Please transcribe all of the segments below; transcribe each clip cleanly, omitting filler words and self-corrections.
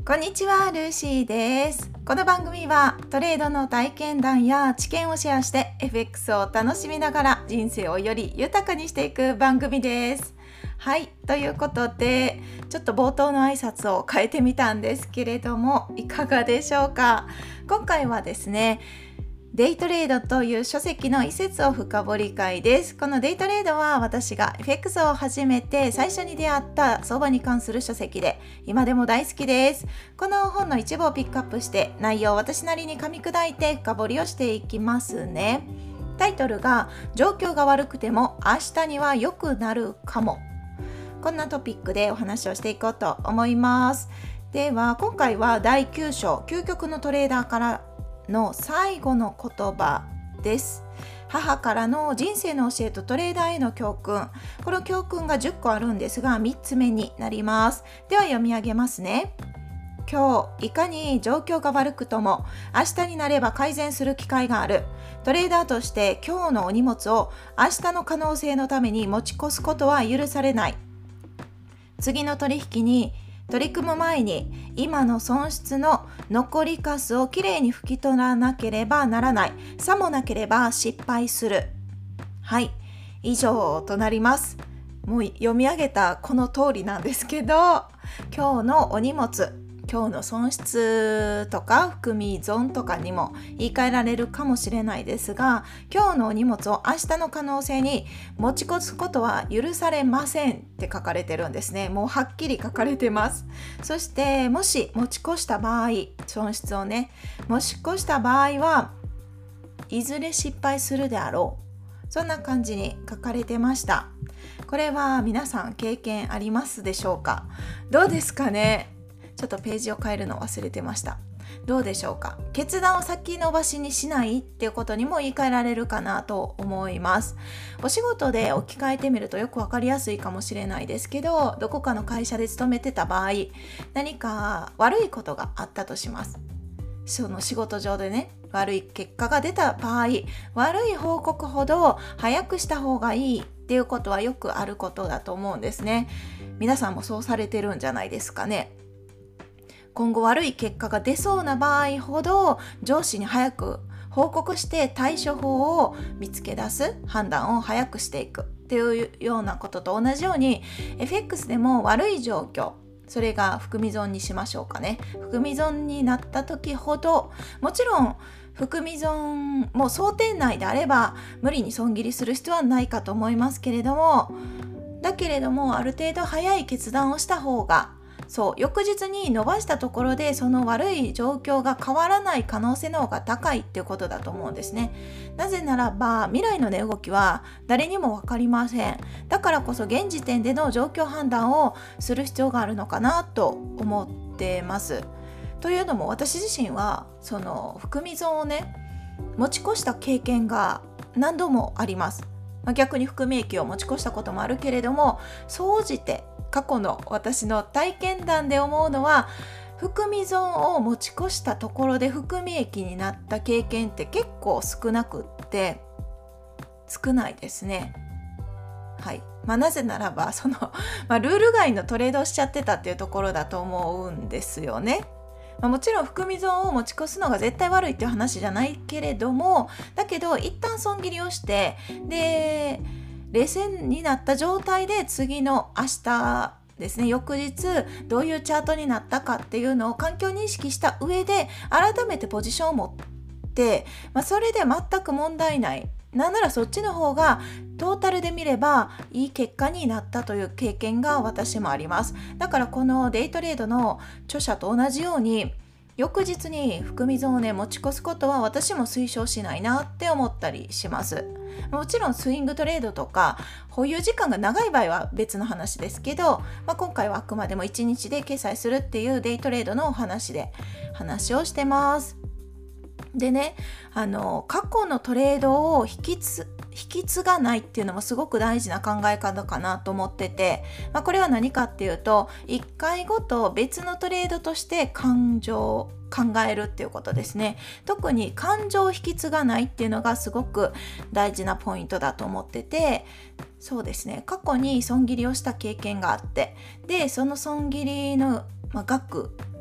こんにちは、ルーシーです。この番組はトレードの体験談や知見をシェアして FX を楽しみながら人生をより豊かにしていく番組です。はい、ということでちょっと冒頭の挨拶を変えてみたんですけれども、いかがでしょうか。今回はですね、デイトレードという書籍の一節を深掘り会です。このデイトレードは私が FX を始めて最初に出会った相場に関する書籍で今でも大好きです。この本の一部をピックアップして内容を私なりに噛み砕いて深掘りをしていきますね。タイトルが状況が悪くても明日には良くなるかも。こんなトピックでお話をしていこうと思います。では今回は第9章究極のトレーダーからの最後の言葉です。母からの人生の教えとトレーダーへの教訓。この教訓が10個あるんですが3つ目になります。では読み上げますね。今日いかに状況が悪くとも明日になれば改善する機会がある。トレーダーとして今日のお荷物を明日の可能性のために持ち越すことは許されない。次の取引に取り組む前に今の損失の残りカスをきれいに拭き取らなければならない。さもなければ失敗する。はい、以上となります。もう読み上げたこの通りなんですけど、今日のお荷物、今日の損失とか含み損とかにも言い換えられるかもしれないですが、今日のお荷物を明日の可能性に持ち越すことは許されませんって書かれてるんですね。もうはっきり書かれてます。そしてもし持ち越した場合、損失をね持ち越した場合はいずれ失敗するであろう。そんな感じに書かれてました。これは皆さん経験ありますでしょうか。どうですかね。ちょっとページを変えるの忘れてました。どうでしょうか。決断を先延ばしにしないっていうことにも言い換えられるかなと思います。お仕事で置き換えてみるとよくわかりやすいかもしれないですけど、どこかの会社で勤めてた場合、何か悪いことがあったとします。その仕事上でね、悪い結果が出た場合、悪い報告ほど早くした方がいいっていうことはよくあることだと思うんですね。皆さんもそうされてるんじゃないですかね。今後悪い結果が出そうな場合ほど上司に早く報告して対処法を見つけ出す、判断を早くしていくっていうようなことと同じように FX でも悪い状況、それが含み損にしましょうかね。含み損になった時ほど、もちろん含み損も想定内であれば無理に損切りする必要はないかと思いますけれども、だけれどもある程度早い決断をした方が、翌日に伸ばしたところでその悪い状況が変わらない可能性の方が高いっていうことだと思うんですね。なぜならば未来の値動きは誰にも分かりません。だからこそ現時点での状況判断をする必要があるのかなと思ってます。というのも私自身はその含み損をね持ち越した経験が何度もあります。逆に含み益を持ち越したこともあるけれども、総じて過去の私の体験談で思うのは、含み損を持ち越したところで含み益になった経験って結構少なくって少ないですね。はい。なぜならばルール外のトレードをしちゃってたっていうところだと思うんですよね。もちろん含み損を持ち越すのが絶対悪いっていう話じゃないけれども、だけど一旦損切りをしてで冷静になった状態で次の明日ですね、翌日どういうチャートになったかっていうのを環境認識した上で改めてポジションを持って、それで全く問題ない、なんならそっちの方がトータルで見ればいい結果になったという経験が私もあります。だからこのデイトレードの著者と同じように翌日に含み損をね持ち越すことは私も推奨しないなって思ったりします。もちろんスイングトレードとか保有時間が長い場合は別の話ですけど、今回はあくまでも1日で決済するっていうデイトレードのお話で話をしてます。でね、過去のトレードを引き継がないっていうのもすごく大事な考え方かなと思ってて、これは何かっていうと、1回ごと別のトレードとして考えるっていうことですね。特に感情を引き継がないっていうのがすごく大事なポイントだと思ってて、そうですね、過去に損切りをした経験があって、でその損切りの額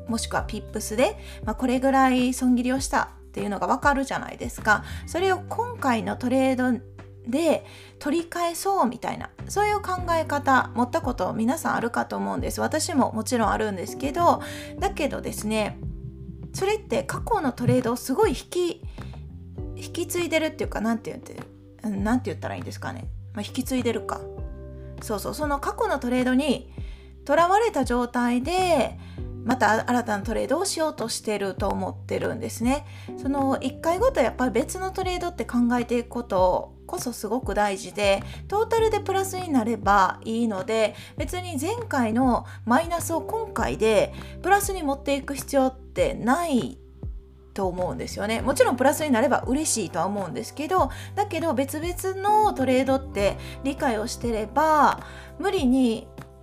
もしくはピップスで、これぐらい損切りをしたっていうのがわかるじゃないですか。それを今回のトレードで取り返そうみたいな、そういう考え方持ったこと皆さんあるかと思うんです。私ももちろんあるんですけど、だけどですね、それって過去のトレードをすごい引き継いでるっていうか、なんて言ったらいいんですかね、引き継いでるか、その過去のトレードにとらわれた状態でまた新たなトレードをしようとしてると思ってるんですね。その1回ごとやっぱり別のトレードって考えていくことこそすごく大事で、トータルでプラスになればいいので、別に前回のマイナスを今回でプラスに持っていく必要ってないと思うんですよね。もちろんプラスになれば嬉しいとは思うんですけど、だけど別々のトレードって理解をしてれば、無理に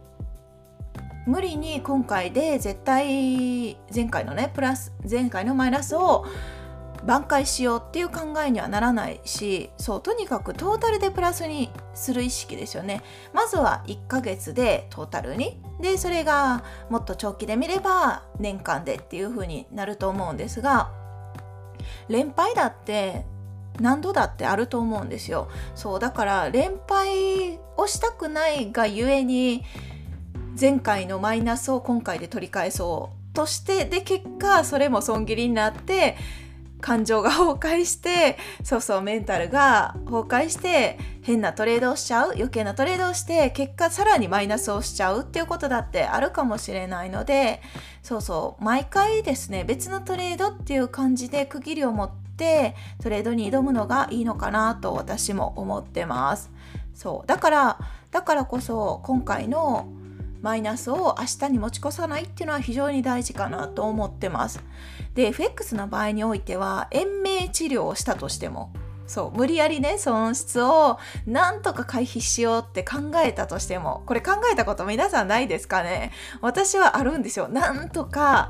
今回で絶対前回のマイナスを挽回しようっていう考えにはならないし、とにかくトータルでプラスにする意識ですよね。まずは1ヶ月でトータルに、でそれがもっと長期で見れば年間でっていう風になると思うんですが、連敗だって何度だってあると思うんですよ。だから連敗をしたくないがゆえに、前回のマイナスを今回で取り返そうとして、で結果それも損切りになって感情が崩壊して、メンタルが崩壊して変なトレードをしちゃう、余計なトレードをして結果さらにマイナスをしちゃうっていうことだってあるかもしれないので、毎回ですね、別のトレードっていう感じで区切りを持ってトレードに挑むのがいいのかなと私も思ってます。だからこそ今回のマイナスを明日に持ち越さないっていうのは非常に大事かなと思ってます。で FX の場合においては、延命治療をしたとしても、無理やりね損失をなんとか回避しようって考えたとしても、これ考えたこと皆さんないですかね。私はあるんですよ。なんとか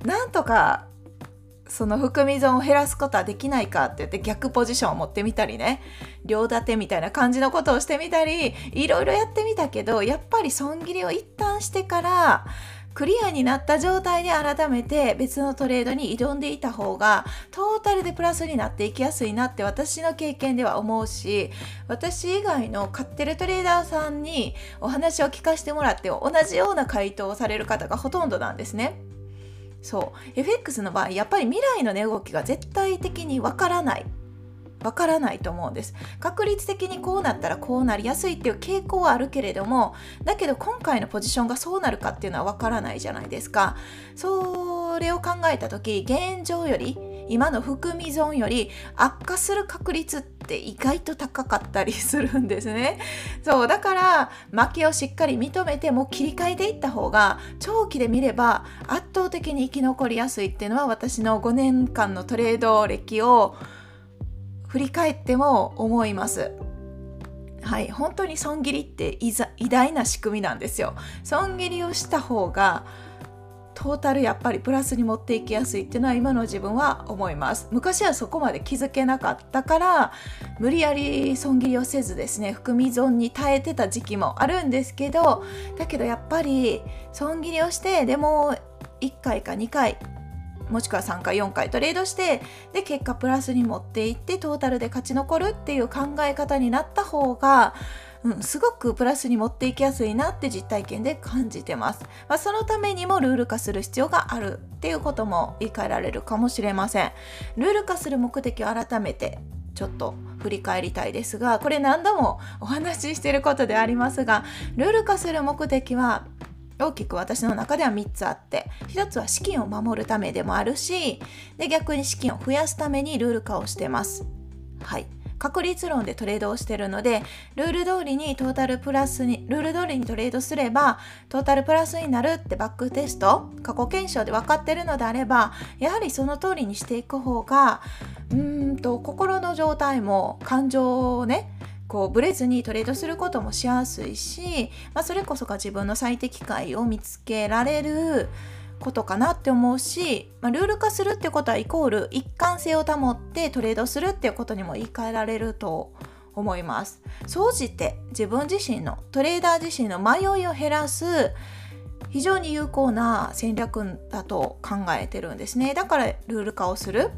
その含み損を減らすことはできないかって言って逆ポジションを持ってみたりね、両立てみたいな感じのことをしてみたり、いろいろやってみたけど、やっぱり損切りを一旦してからクリアになった状態で改めて別のトレードに挑んでいた方がトータルでプラスになっていきやすいなって私の経験では思うし、私以外の買ってるトレーダーさんにお話を聞かせてもらって同じような回答をされる方がほとんどなんですね。FX の場合やっぱり未来の値動きが絶対的にわからないと思うんです。確率的にこうなったらこうなりやすいっていう傾向はあるけれども、だけど今回のポジションがそうなるかっていうのはわからないじゃないですか。それを考えた時、現状より今の含み損より悪化する確率って意外と高かったりするんですね。だから負けをしっかり認めても切り替えていった方が長期で見れば圧倒的に生き残りやすいっていうのは、私の5年間のトレード歴を振り返っても思います。本当に損切りって偉大な仕組みなんですよ。損切りをした方がトータルやっぱりプラスに持っていきやすいっていうのは今の自分は思います。昔はそこまで気づけなかったから無理やり損切りをせずですね、含み損に耐えてた時期もあるんですけど、だけどやっぱり損切りをしてでも1回か2回もしくは3回4回トレードして、で結果プラスに持っていってトータルで勝ち残るっていう考え方になった方が、すごくプラスに持っていきやすいなって実体験で感じてます。そのためにもルール化する必要があるっていうことも言い換えられるかもしれません。ルール化する目的を改めてちょっと振り返りたいですが、これ何度もお話ししていることでありますが、ルール化する目的は大きく私の中では3つあって、1つは資金を守るためでもあるし、で逆に資金を増やすためにルール化をしてます。確率論でトレードをしているので、ルール通りにトータルプラスにルール通りにトレードすればトータルプラスになるってバックテスト、過去検証で分かっているのであれば、やはりその通りにしていく方が心の状態も感情をねブレずにトレードすることもしやすいし、それこそが自分の最適解を見つけられることかなって思うし、ルール化するってことはイコール一貫性を保ってトレードするっていうことにも言い換えられると思います。総じて自分自身のトレーダー自身の迷いを減らす非常に有効な戦略だと考えてるんですね。だからルール化をする。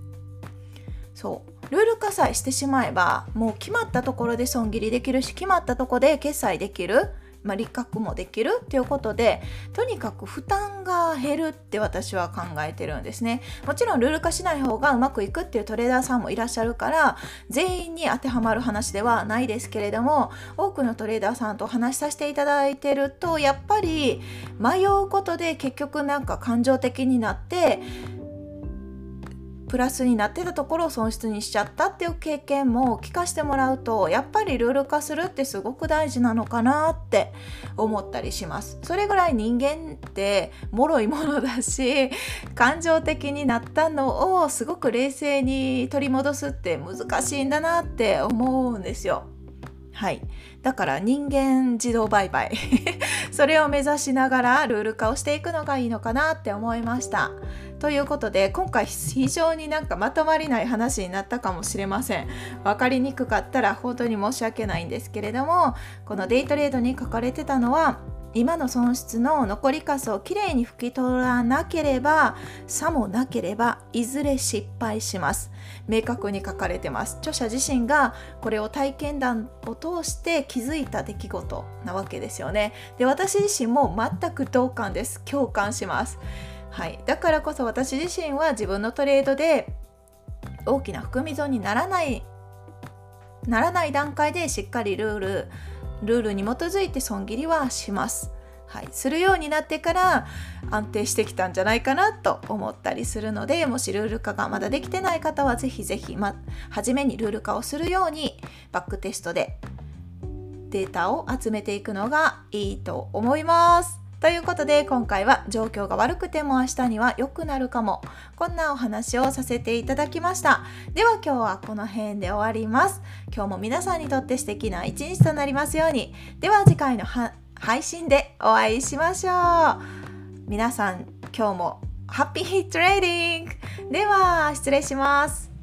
ルール化さえしてしまえば、もう決まったところで損切りできるし、決まったところで決済できる、利確もできるっていうことで、とにかく負担が減るって私は考えてるんですね。もちろんルール化しない方がうまくいくっていうトレーダーさんもいらっしゃるから、全員に当てはまる話ではないですけれども、多くのトレーダーさんとお話しさせていただいてると、やっぱり迷うことで結局なんか感情的になってプラスになってたところを損失にしちゃったっていう経験も聞かせてもらうと、やっぱりルール化するってすごく大事なのかなって思ったりします。それぐらい人間って脆いものだし、感情的になったのをすごく冷静に取り戻すって難しいんだなって思うんですよ。はい、だから人間自動売買それを目指しながらルール化をしていくのがいいのかなって思いました。ということで、今回非常になんかまとまりない話になったかもしれません。分かりにくかったら本当に申し訳ないんですけれども、このデイトレードに書かれてたのは、今の損失の残りかすをきれいに拭き取らなければ、さもなければいずれ失敗します。明確に書かれてます。著者自身がこれを体験談を通して気づいた出来事なわけですよね。で、私自身も全く同感です。共感します。はい、だからこそ私自身は自分のトレードで大きな含み損にならない段階でしっかりルールに基づいて損切りはします。はい、するようになってから安定してきたんじゃないかなと思ったりするので、もしルール化がまだできてない方はぜひぜひ、初めにルール化をするようにバックテストでデータを集めていくのがいいと思います。ということで、今回は状況が悪くても明日には良くなるかも、こんなお話をさせていただきました。では今日はこの辺で終わります。今日も皆さんにとって素敵な一日となりますように。では次回の配信でお会いしましょう。皆さん今日もハッピートレーディング。では失礼します。